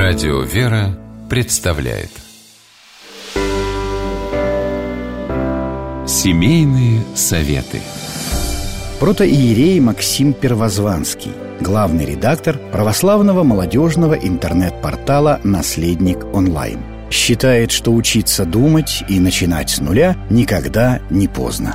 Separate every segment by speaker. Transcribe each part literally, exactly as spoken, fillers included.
Speaker 1: Радио «Вера» представляет Семейные советы.
Speaker 2: Протоиерей Максим Первозванский, главный редактор православного молодежного интернет-портала «Наследник онлайн», считает, что учиться думать и начинать с нуля никогда не поздно.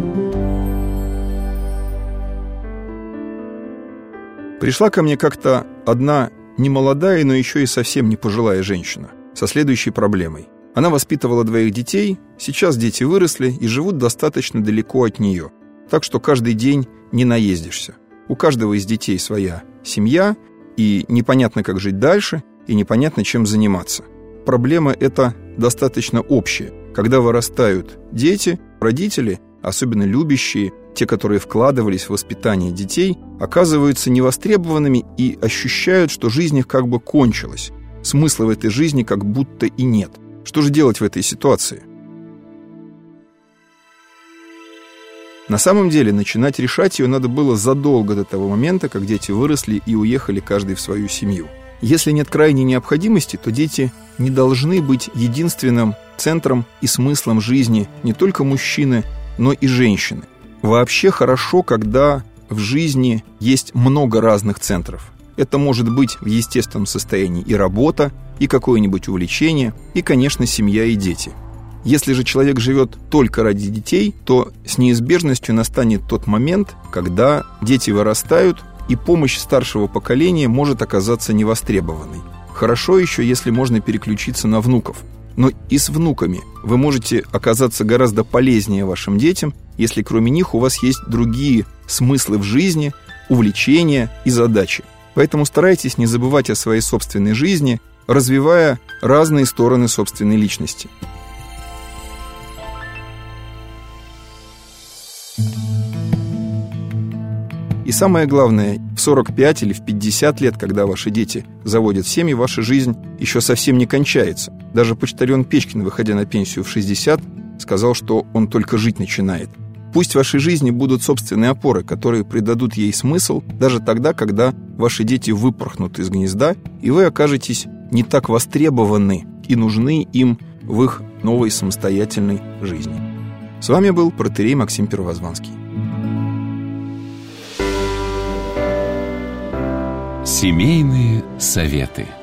Speaker 3: Пришла ко мне как-то одна немолодая, но еще и совсем не пожилая женщина со следующей проблемой. Она воспитывала двоих детей, сейчас дети выросли и живут достаточно далеко от нее, так что каждый день не наездишься. У каждого из детей своя семья, и непонятно, как жить дальше, и непонятно, чем заниматься. Проблема эта достаточно общая. Когда вырастают дети, родители, особенно любящие, те, которые вкладывались в воспитание детей, оказываются невостребованными и ощущают, что жизнь их как бы кончилась. Смысла в этой жизни как будто и нет. Что же делать в этой ситуации? На самом деле, начинать решать ее надо было задолго до того момента, как дети выросли и уехали каждый в свою семью. Если нет крайней необходимости, то дети не должны быть единственным центром и смыслом жизни не только мужчины, но и женщины. Вообще хорошо, когда в жизни есть много разных центров. Это может быть в естественном состоянии и работа, и какое-нибудь увлечение, и, конечно, семья и дети. Если же человек живет только ради детей, то с неизбежностью настанет тот момент, когда дети вырастают, и помощь старшего поколения может оказаться невостребованной. Хорошо еще, если можно переключиться на внуков. Но и с внуками вы можете оказаться гораздо полезнее вашим детям, если кроме них у вас есть другие смыслы в жизни, увлечения и задачи. Поэтому старайтесь не забывать о своей собственной жизни, развивая разные стороны собственной личности. И самое главное, в сорок пять или в пятьдесят лет, когда ваши дети заводят семьи, ваша жизнь еще совсем не кончается. Даже почтальон Печкин, выходя на пенсию в шестьдесят, сказал, что он только жить начинает. Пусть в вашей жизни будут собственные опоры, которые придадут ей смысл даже тогда, когда ваши дети выпорхнут из гнезда, и вы окажетесь не так востребованы и нужны им в их новой самостоятельной жизни. С вами был протоиерей Максим Первозванский.
Speaker 1: Семейные советы.